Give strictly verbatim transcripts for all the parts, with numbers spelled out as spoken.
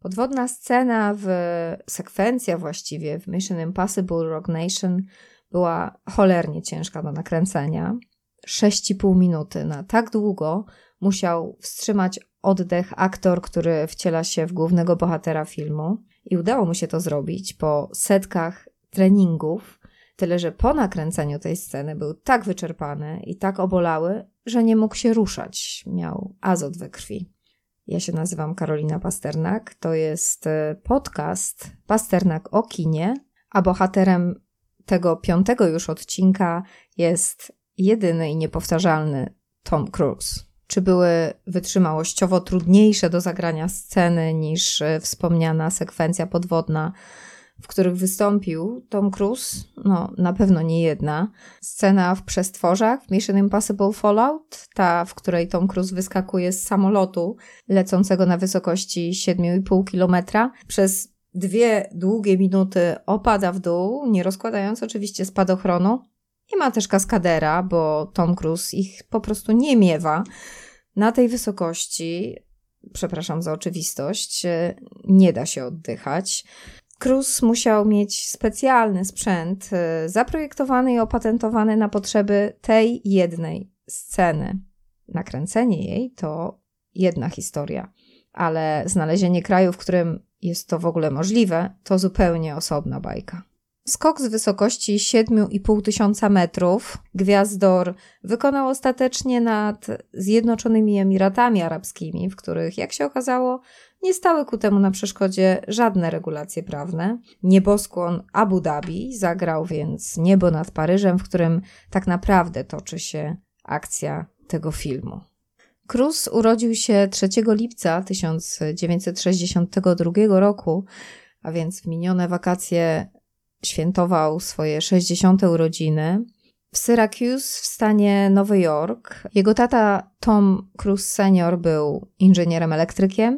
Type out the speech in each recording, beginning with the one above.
Podwodna scena, w sekwencja właściwie w Mission Impossible Rogue Nation była cholernie ciężka do nakręcenia. sześć i pół minuty. Na tak długo musiał wstrzymać oddech aktor, który wciela się w głównego bohatera filmu. I udało mu się to zrobić po setkach treningów, tyle że po nakręceniu tej sceny był tak wyczerpany i tak obolały, że nie mógł się ruszać. Miał azot we krwi. Ja się nazywam Karolina Pasternak. To jest podcast Pasternak o kinie, a bohaterem tego piątego już odcinka jest jedyny i niepowtarzalny Tom Cruise. Czy były wytrzymałościowo trudniejsze do zagrania sceny niż wspomniana sekwencja podwodna, w których wystąpił Tom Cruise? No, na pewno nie jedna. Scena w przestworzach w Mission Impossible Fallout, ta, w której Tom Cruise wyskakuje z samolotu lecącego na wysokości siedem i pół kilometra, przez dwie długie minuty opada w dół, nie rozkładając oczywiście spadochronu. I ma też kaskadera, bo Tom Cruise ich po prostu nie miewa. Na tej wysokości, przepraszam za oczywistość, nie da się oddychać. Cruise musiał mieć specjalny sprzęt zaprojektowany i opatentowany na potrzeby tej jednej sceny. Nakręcenie jej to jedna historia, ale znalezienie kraju, w którym jest to w ogóle możliwe, to zupełnie osobna bajka. Skok z wysokości siedem i pół tysiąca metrów Gwiazdor wykonał ostatecznie nad Zjednoczonymi Emiratami Arabskimi, w których, jak się okazało, nie stały ku temu na przeszkodzie żadne regulacje prawne. Nieboskłon Abu Dhabi zagrał więc niebo nad Paryżem, w którym tak naprawdę toczy się akcja tego filmu. Cruise urodził się trzeciego lipca tysiąc dziewięćset sześćdziesiątego drugiego roku, a więc w minione wakacje świętował swoje sześćdziesiąte urodziny w Syracuse w stanie Nowy Jork. Jego tata Tom Cruise senior był inżynierem elektrykiem,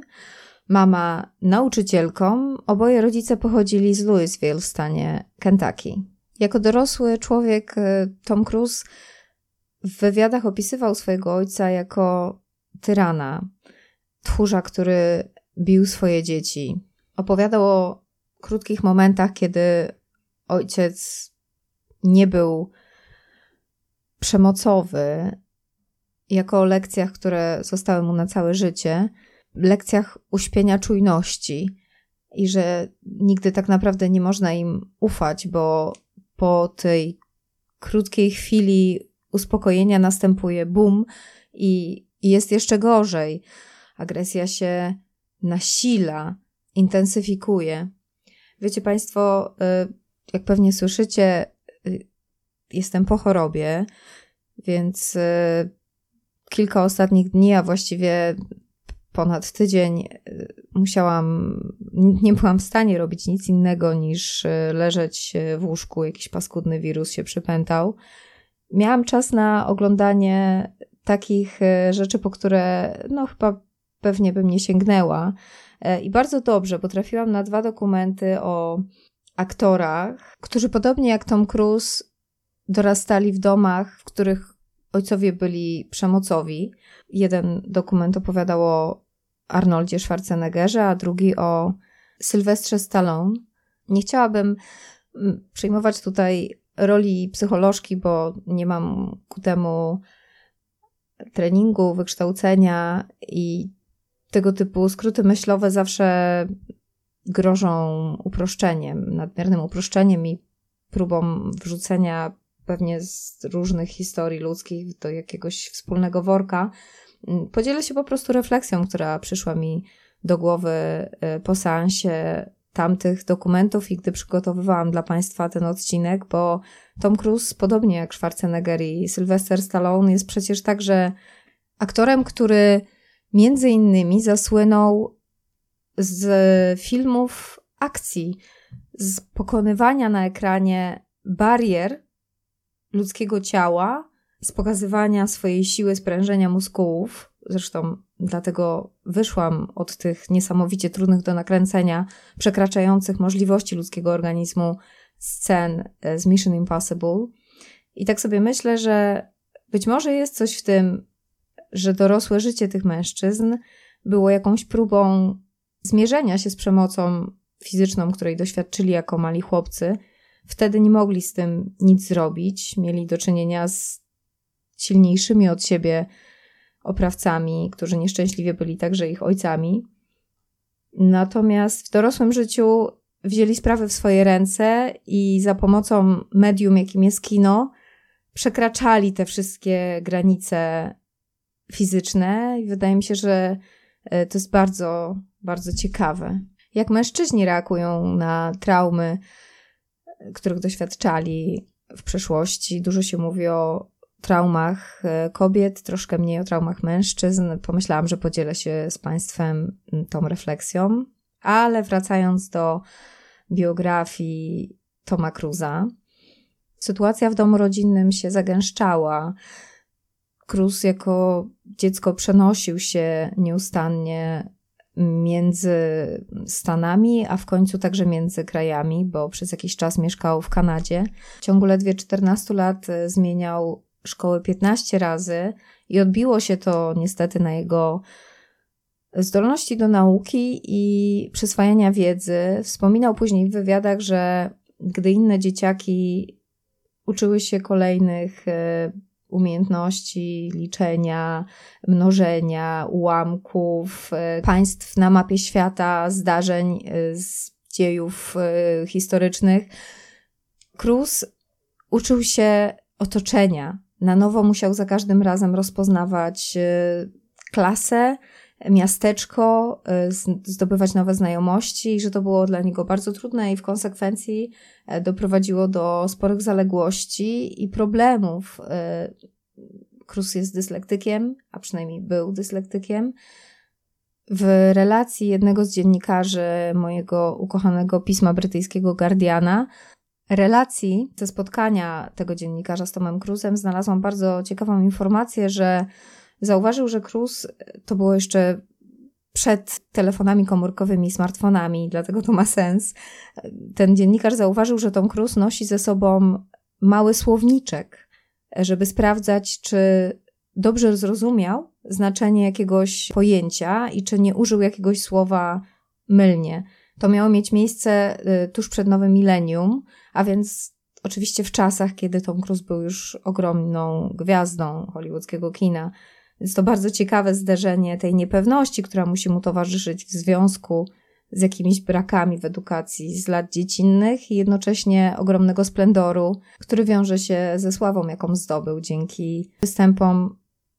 mama nauczycielką. Oboje rodzice pochodzili z Louisville w stanie Kentucky. Jako dorosły człowiek Tom Cruise w wywiadach opisywał swojego ojca jako tyrana, tchórza, który bił swoje dzieci. Opowiadał o krótkich momentach, kiedy ojciec nie był przemocowy, jako o lekcjach, które zostały mu na całe życie, lekcjach uśpienia czujności i że nigdy tak naprawdę nie można im ufać, bo po tej krótkiej chwili uspokojenia następuje boom i, i jest jeszcze gorzej. Agresja się nasila, intensyfikuje. Wiecie Państwo, jak pewnie słyszycie, jestem po chorobie, więc kilka ostatnich dni, a właściwie ponad tydzień musiałam, nie byłam w stanie robić nic innego niż leżeć w łóżku, jakiś paskudny wirus się przypętał. Miałam czas na oglądanie takich rzeczy, po które no chyba pewnie bym nie sięgnęła. I bardzo dobrze, bo trafiłam na dwa dokumenty o aktorach, którzy podobnie jak Tom Cruise dorastali w domach, w których ojcowie byli przemocowi. Jeden dokument opowiadał o Arnoldzie Schwarzeneggerze, a drugi o Sylwestrze Stallone. Nie chciałabym przyjmować tutaj roli psycholożki, bo nie mam ku temu treningu, wykształcenia i tego typu skróty myślowe zawsze grożą uproszczeniem, nadmiernym uproszczeniem i próbą wrzucenia pewnie z różnych historii ludzkich do jakiegoś wspólnego worka. Podzielę się po prostu refleksją, która przyszła mi do głowy po seansie tamtych dokumentów i gdy przygotowywałam dla Państwa ten odcinek, bo Tom Cruise, podobnie jak Schwarzenegger i Sylvester Stallone, jest przecież także aktorem, który między innymi zasłynął z filmów akcji, z pokonywania na ekranie barier ludzkiego ciała, z pokazywania swojej siły sprężenia muskułów. Zresztą dlatego wyszłam od tych niesamowicie trudnych do nakręcenia, przekraczających możliwości ludzkiego organizmu scen z Mission Impossible. I tak sobie myślę, że być może jest coś w tym, że dorosłe życie tych mężczyzn było jakąś próbą zmierzenia się z przemocą fizyczną, której doświadczyli jako mali chłopcy. Wtedy nie mogli z tym nic zrobić. Mieli do czynienia z silniejszymi od siebie oprawcami, którzy nieszczęśliwie byli także ich ojcami. Natomiast w dorosłym życiu wzięli sprawy w swoje ręce i za pomocą medium, jakim jest kino, przekraczali te wszystkie granice fizyczne i wydaje mi się, że to jest bardzo, bardzo ciekawe. Jak mężczyźni reagują na traumy, których doświadczali w przeszłości. Dużo się mówi o traumach kobiet, troszkę mniej o traumach mężczyzn. Pomyślałam, że podzielę się z Państwem tą refleksją. Ale wracając do biografii Toma Cruise'a, sytuacja w domu rodzinnym się zagęszczała. Cruise jako dziecko przenosił się nieustannie między Stanami, a w końcu także między krajami, bo przez jakiś czas mieszkał w Kanadzie. W ciągu ledwie czternastu lat zmieniał szkoły piętnaście razy i odbiło się to niestety na jego zdolności do nauki i przyswajania wiedzy. Wspominał później w wywiadach, że gdy inne dzieciaki uczyły się kolejnych umiejętności liczenia, mnożenia, ułamków, państw na mapie świata, zdarzeń z dziejów historycznych, Cruise uczył się otoczenia. Na nowo musiał za każdym razem rozpoznawać klasę, miasteczko, zdobywać nowe znajomości i że to było dla niego bardzo trudne i w konsekwencji doprowadziło do sporych zaległości i problemów. Cruise jest dyslektykiem, a przynajmniej był dyslektykiem. W relacji jednego z dziennikarzy mojego ukochanego pisma brytyjskiego Guardiana, relacji ze spotkania tego dziennikarza z Tomem Cruise'em znalazłam bardzo ciekawą informację, że zauważył, że Cruise to było jeszcze przed telefonami komórkowymi, smartfonami, dlatego to ma sens. Ten dziennikarz zauważył, że Tom Cruise nosi ze sobą mały słowniczek, żeby sprawdzać, czy dobrze zrozumiał znaczenie jakiegoś pojęcia i czy nie użył jakiegoś słowa mylnie. To miało mieć miejsce tuż przed nowym milenium, a więc oczywiście w czasach, kiedy Tom Cruise był już ogromną gwiazdą hollywoodzkiego kina. Więc to bardzo ciekawe zderzenie tej niepewności, która musi mu towarzyszyć w związku z jakimiś brakami w edukacji z lat dziecinnych i jednocześnie ogromnego splendoru, który wiąże się ze sławą, jaką zdobył dzięki występom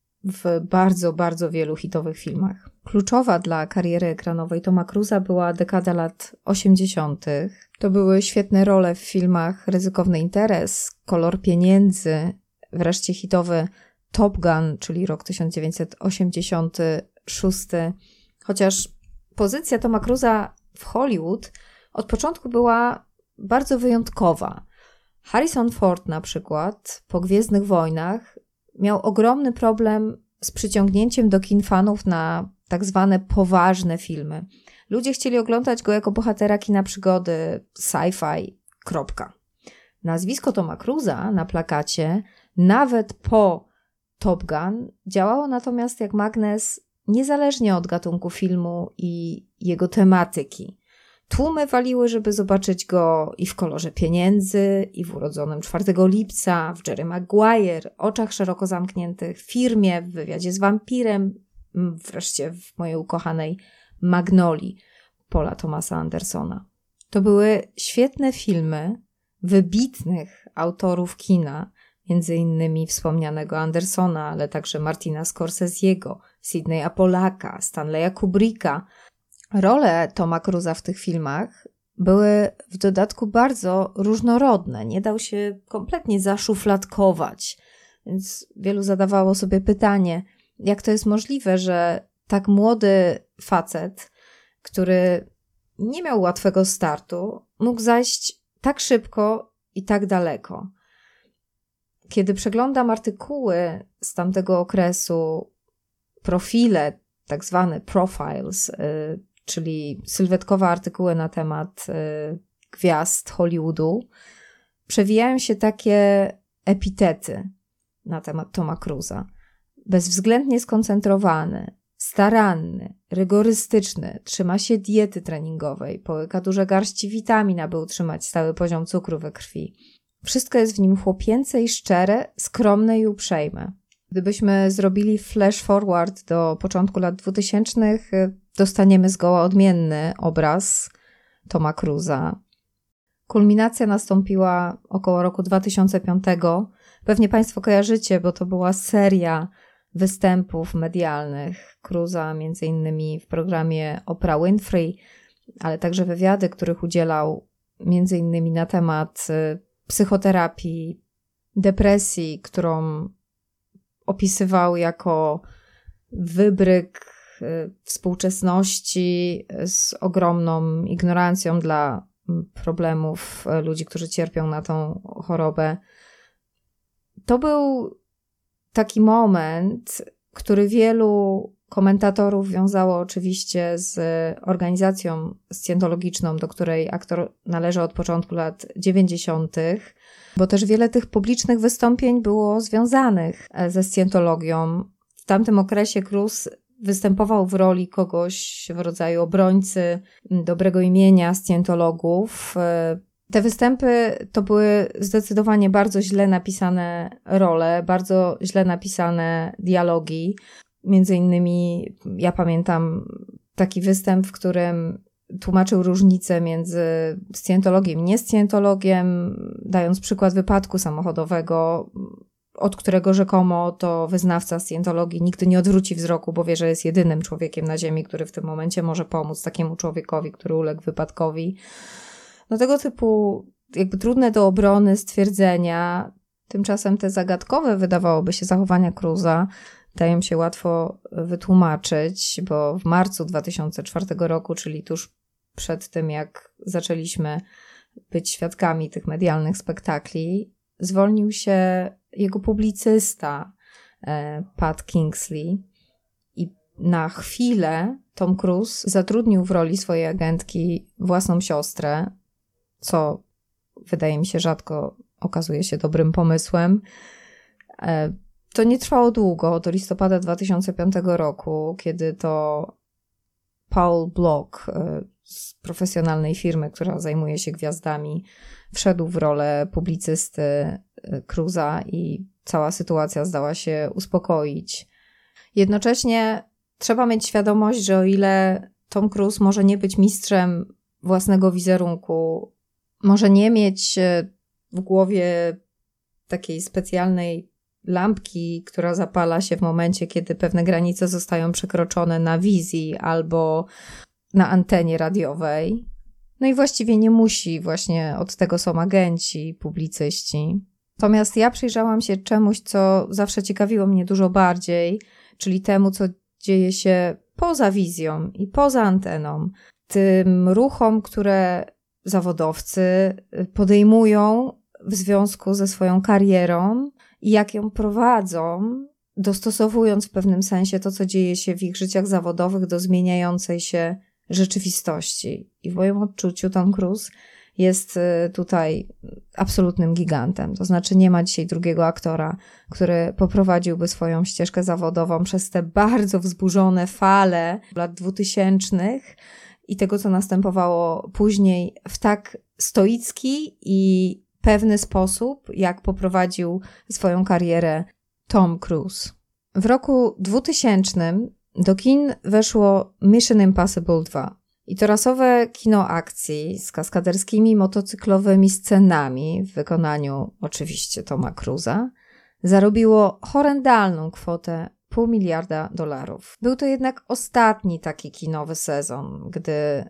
w bardzo, bardzo wielu hitowych filmach. Kluczowa dla kariery ekranowej Toma Cruise'a była dekada lat osiemdziesiątych. To były świetne role w filmach Ryzykowny interes, Kolor pieniędzy, wreszcie hitowy Top Gun, czyli rok tysiąc dziewięćset osiemdziesiąty szósty. Chociaż pozycja Toma Cruise'a w Hollywood od początku była bardzo wyjątkowa. Harrison Ford na przykład po Gwiezdnych Wojnach miał ogromny problem z przyciągnięciem do kin fanów na tak zwane poważne filmy. Ludzie chcieli oglądać go jako bohatera kina przygody, sci-fi, kropka. Nazwisko Toma Cruise'a na plakacie, nawet po Top Gun, działało natomiast jak magnes niezależnie od gatunku filmu i jego tematyki. Tłumy waliły, żeby zobaczyć go i w Kolorze pieniędzy, i w Urodzonym czwartego lipca, w Jerry Maguire, Oczach szeroko zamkniętych, Firmie, w Wywiadzie z wampirem, wreszcie w mojej ukochanej Magnolii Paula Thomasa Andersona. To były świetne filmy wybitnych autorów kina, między innymi wspomnianego Andersona, ale także Martina Scorsese'ego, Sidneya Pollacka, Stanleya Kubricka. Role Toma Cruise'a w tych filmach były w dodatku bardzo różnorodne. Nie dał się kompletnie zaszufladkować. Więc wielu zadawało sobie pytanie, jak to jest możliwe, że tak młody facet, który nie miał łatwego startu, mógł zajść tak szybko i tak daleko. Kiedy przeglądam artykuły z tamtego okresu, profile, tak zwane profiles, yy, czyli sylwetkowe artykuły na temat yy, gwiazd Hollywoodu, przewijają się takie epitety na temat Toma Cruise'a. Bezwzględnie skoncentrowany, staranny, rygorystyczny, trzyma się diety treningowej, połyka duże garści witamin, aby utrzymać stały poziom cukru we krwi. Wszystko jest w nim chłopięce i szczere, skromne i uprzejme. Gdybyśmy zrobili flash forward do początku lat dwutysięcznych, dostaniemy zgoła odmienny obraz Toma Cruise'a. Kulminacja nastąpiła około roku dwa tysiące piątego. Pewnie Państwo kojarzycie, bo to była seria występów medialnych Cruise'a, między innymi w programie Oprah Winfrey, ale także wywiady, których udzielał między innymi na temat psychoterapii, depresji, którą opisywał jako wybryk współczesności z ogromną ignorancją dla problemów ludzi, którzy cierpią na tą chorobę. To był taki moment, który wielu komentatorów wiązało oczywiście z organizacją scjentologiczną, do której aktor należy od początku lat dziewięćdziesiątych, bo też wiele tych publicznych wystąpień było związanych ze scjentologią. W tamtym okresie Cruise występował w roli kogoś w rodzaju obrońcy dobrego imienia scjentologów. Te występy to były zdecydowanie bardzo źle napisane role, bardzo źle napisane dialogi. Między innymi ja pamiętam taki występ, w którym tłumaczył różnicę między scjentologiem i niescjentologiem, dając przykład wypadku samochodowego, od którego rzekomo to wyznawca scjentologii nigdy nie odwróci wzroku, bo wie, że jest jedynym człowiekiem na ziemi, który w tym momencie może pomóc takiemu człowiekowi, który uległ wypadkowi. No tego typu jakby trudne do obrony stwierdzenia, tymczasem te zagadkowe wydawałoby się zachowania Cruise'a dają się łatwo wytłumaczyć, bo w marcu dwa tysiące czwartego roku, czyli tuż przed tym, jak zaczęliśmy być świadkami tych medialnych spektakli, zwolnił się jego publicysta Pat Kingsley i na chwilę Tom Cruise zatrudnił w roli swojej agentki własną siostrę, co wydaje mi się rzadko okazuje się dobrym pomysłem. To nie trwało długo, do listopada dwa tysiące piątego roku, kiedy to Paul Block z profesjonalnej firmy, która zajmuje się gwiazdami, wszedł w rolę publicysty Cruise'a i cała sytuacja zdała się uspokoić. Jednocześnie trzeba mieć świadomość, że o ile Tom Cruise może nie być mistrzem własnego wizerunku, może nie mieć w głowie takiej specjalnej lampki, która zapala się w momencie, kiedy pewne granice zostają przekroczone na wizji albo na antenie radiowej. No i właściwie nie musi, właśnie od tego są agenci, publicyści. Natomiast ja przyjrzałam się czemuś, co zawsze ciekawiło mnie dużo bardziej, czyli temu, co dzieje się poza wizją i poza anteną. Tym ruchom, które zawodowcy podejmują w związku ze swoją karierą i jak ją prowadzą, dostosowując w pewnym sensie to, co dzieje się w ich życiach zawodowych do zmieniającej się rzeczywistości. I w moim odczuciu Tom Cruise jest tutaj absolutnym gigantem. To znaczy nie ma dzisiaj drugiego aktora, który poprowadziłby swoją ścieżkę zawodową przez te bardzo wzburzone fale lat dwutysięcznych i tego, co następowało później w tak stoicki i pewny sposób, jak poprowadził swoją karierę Tom Cruise. W roku dwutysięcznym do kin weszło Mission Impossible dwa. I to rasowe kino akcji z kaskaderskimi motocyklowymi scenami w wykonaniu oczywiście Toma Cruise'a zarobiło horrendalną kwotę pół miliarda dolarów. Był to jednak ostatni taki kinowy sezon, gdy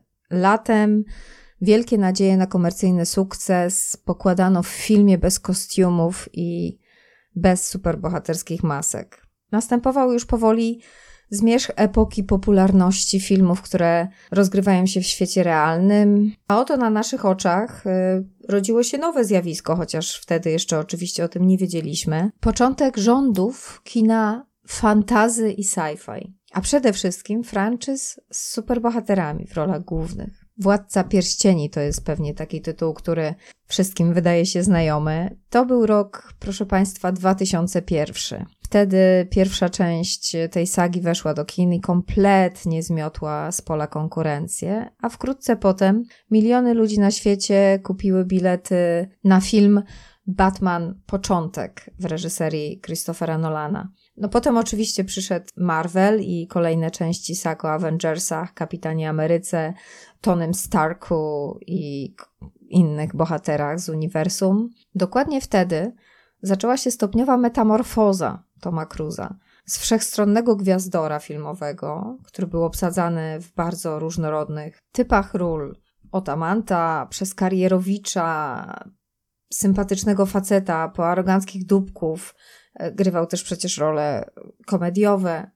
latem wielkie nadzieje na komercyjny sukces pokładano w filmie bez kostiumów i bez superbohaterskich masek. Następował już powoli zmierzch epoki popularności filmów, które rozgrywają się w świecie realnym, a oto na naszych oczach y, rodziło się nowe zjawisko, chociaż wtedy jeszcze oczywiście o tym nie wiedzieliśmy. Początek rządów kina fantasy i sci-fi, a przede wszystkim franczyz z superbohaterami w rolach głównych. Władca Pierścieni to jest pewnie taki tytuł, który wszystkim wydaje się znajomy. To był rok, proszę Państwa, dwa tysiące pierwszy. Wtedy pierwsza część tej sagi weszła do kin i kompletnie zmiotła z pola konkurencję, a wkrótce potem miliony ludzi na świecie kupiły bilety na film Batman Początek w reżyserii Christophera Nolana. No potem oczywiście przyszedł Marvel i kolejne części sag o Avengersach, Kapitanie Ameryce, Tonym Starku i innych bohaterach z uniwersum. Dokładnie wtedy zaczęła się stopniowa metamorfoza Toma Cruise'a. Z wszechstronnego gwiazdora filmowego, który był obsadzany w bardzo różnorodnych typach ról, od amanta, przez karierowicza, sympatycznego faceta, po aroganckich dupków, grywał też przecież role komediowe.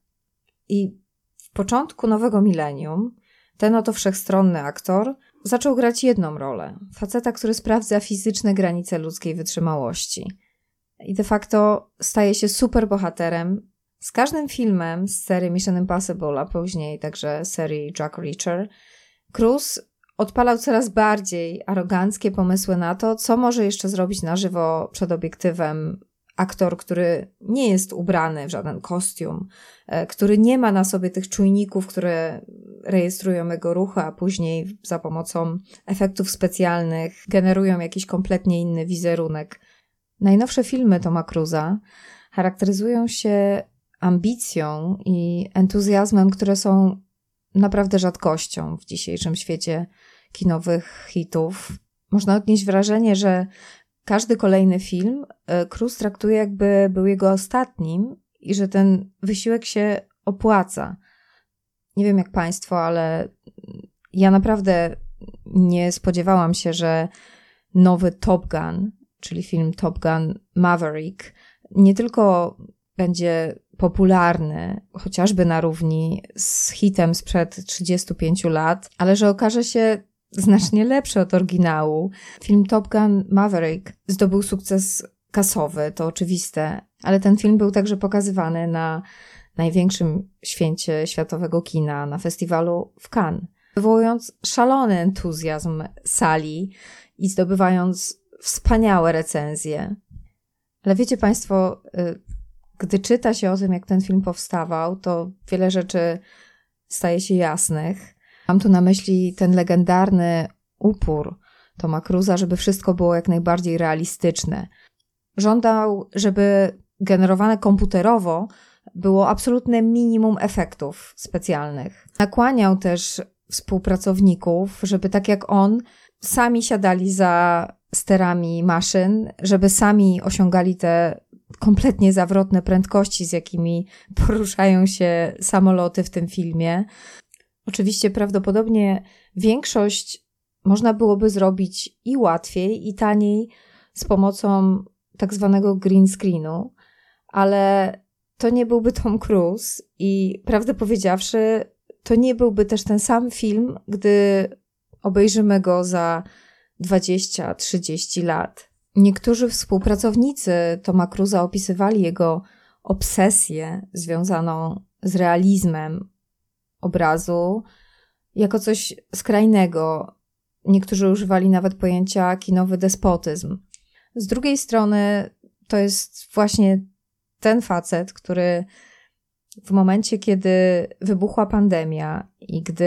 I w początku nowego milenium ten oto wszechstronny aktor zaczął grać jedną rolę. Faceta, który sprawdza fizyczne granice ludzkiej wytrzymałości. I de facto staje się superbohaterem. Z każdym filmem z serii Mission Impossible, a później także serii Jack Reacher, Cruise odpalał coraz bardziej aroganckie pomysły na to, co może jeszcze zrobić na żywo przed obiektywem aktor, który nie jest ubrany w żaden kostium, który nie ma na sobie tych czujników, które rejestrują jego ruchy, a później za pomocą efektów specjalnych generują jakiś kompletnie inny wizerunek. Najnowsze filmy Toma Cruise'a charakteryzują się ambicją i entuzjazmem, które są naprawdę rzadkością w dzisiejszym świecie kinowych hitów. Można odnieść wrażenie, że każdy kolejny film Cruise traktuje, jakby był jego ostatnim i że ten wysiłek się opłaca. Nie wiem jak państwo, ale ja naprawdę nie spodziewałam się, że nowy Top Gun, czyli film Top Gun Maverick, nie tylko będzie popularny, chociażby na równi z hitem sprzed trzydziestu pięciu lat, ale że okaże się znacznie lepszy od oryginału. Film Top Gun Maverick zdobył sukces kasowy, to oczywiste, ale ten film był także pokazywany na największym święcie światowego kina, na festiwalu w Cannes, wywołując szalony entuzjazm sali i zdobywając wspaniałe recenzje. Ale wiecie państwo, gdy czyta się o tym, jak ten film powstawał, to wiele rzeczy staje się jasnych. Mam tu na myśli ten legendarny upór Toma Cruise'a, żeby wszystko było jak najbardziej realistyczne. Żądał, żeby generowane komputerowo było absolutne minimum efektów specjalnych. Nakłaniał też współpracowników, żeby tak jak on, sami siadali za sterami maszyn, żeby sami osiągali te kompletnie zawrotne prędkości, z jakimi poruszają się samoloty w tym filmie. Oczywiście prawdopodobnie większość można byłoby zrobić i łatwiej, i taniej z pomocą tak zwanego green screenu, ale to nie byłby Tom Cruise i prawdę powiedziawszy, to nie byłby też ten sam film, gdy obejrzymy go za dwadzieścia trzydzieści lat. Niektórzy współpracownicy Toma Cruise'a opisywali jego obsesję związaną z realizmem obrazu jako coś skrajnego. Niektórzy używali nawet pojęcia kinowy despotyzm. Z drugiej strony to jest właśnie ten facet, który w momencie, kiedy wybuchła pandemia i gdy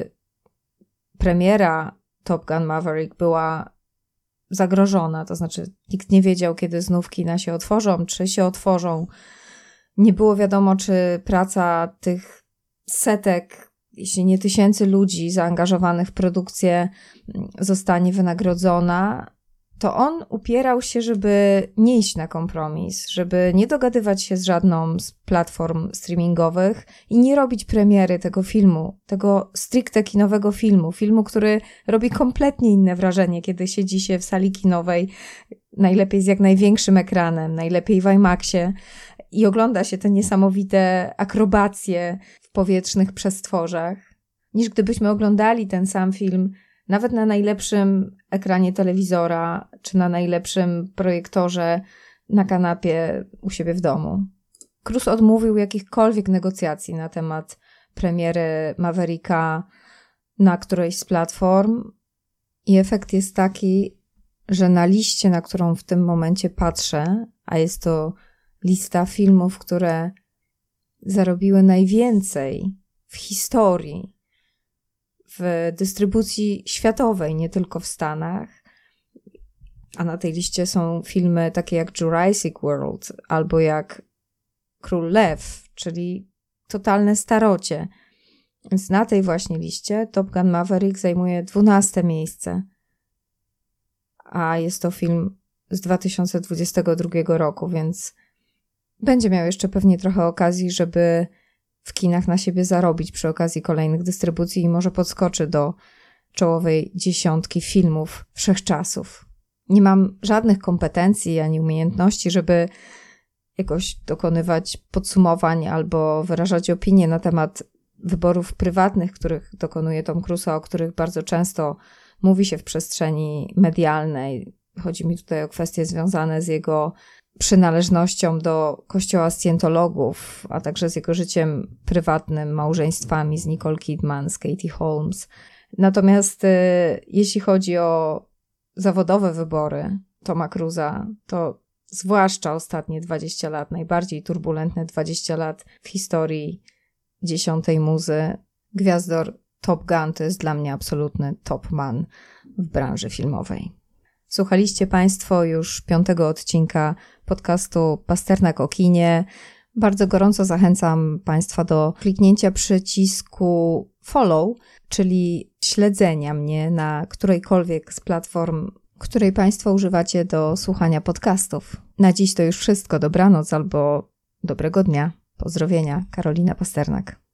premiera Top Gun Maverick była zagrożona, to znaczy nikt nie wiedział, kiedy znów kina się otworzą, czy się otworzą. Nie było wiadomo, czy praca tych setek, jeśli nie tysięcy ludzi zaangażowanych w produkcję zostanie wynagrodzona, to on upierał się, żeby nie iść na kompromis, żeby nie dogadywać się z żadną z platform streamingowych i nie robić premiery tego filmu, tego stricte kinowego filmu, filmu, który robi kompletnie inne wrażenie, kiedy siedzi się w sali kinowej, najlepiej z jak największym ekranem, najlepiej w IMAXie i ogląda się te niesamowite akrobacje w powietrznych przestworzach, niż gdybyśmy oglądali ten sam film nawet na najlepszym ekranie telewizora, czy na najlepszym projektorze na kanapie u siebie w domu. Cruise odmówił jakichkolwiek negocjacji na temat premiery Mavericka na którejś z platform i efekt jest taki, że na liście, na którą w tym momencie patrzę, a jest to lista filmów, które zarobiły najwięcej w historii, w dystrybucji światowej, nie tylko w Stanach. A na tej liście są filmy takie jak Jurassic World albo jak Król Lew, czyli totalne starocie. Więc na tej właśnie liście Top Gun Maverick zajmuje dwunaste miejsce. A jest to film z dwa tysiące dwudziestego drugiego roku, więc będzie miał jeszcze pewnie trochę okazji, żeby w kinach na siebie zarobić przy okazji kolejnych dystrybucji i może podskoczy do czołowej dziesiątki filmów wszechczasów. Nie mam żadnych kompetencji ani umiejętności, żeby jakoś dokonywać podsumowań albo wyrażać opinie na temat wyborów prywatnych, których dokonuje Tom Cruise, o których bardzo często mówi się w przestrzeni medialnej. Chodzi mi tutaj o kwestie związane z jego przynależnością do kościoła scjentologów, a także z jego życiem prywatnym, małżeństwami z Nicole Kidman, z Katie Holmes. Natomiast y, jeśli chodzi o zawodowe wybory Toma Cruise'a, to zwłaszcza ostatnie dwadzieścia lat, najbardziej turbulentne dwadzieścia lat w historii dziesiątej muzy, gwiazdor Top Gun to jest dla mnie absolutny top man w branży filmowej. Słuchaliście Państwo już piątego odcinka podcastu Pasternak o kinie. Bardzo gorąco zachęcam Państwa do kliknięcia przycisku follow, czyli śledzenia mnie na którejkolwiek z platform, której Państwo używacie do słuchania podcastów. Na dziś to już wszystko. Dobranoc albo dobrego dnia. Pozdrowienia. Karolina Pasternak.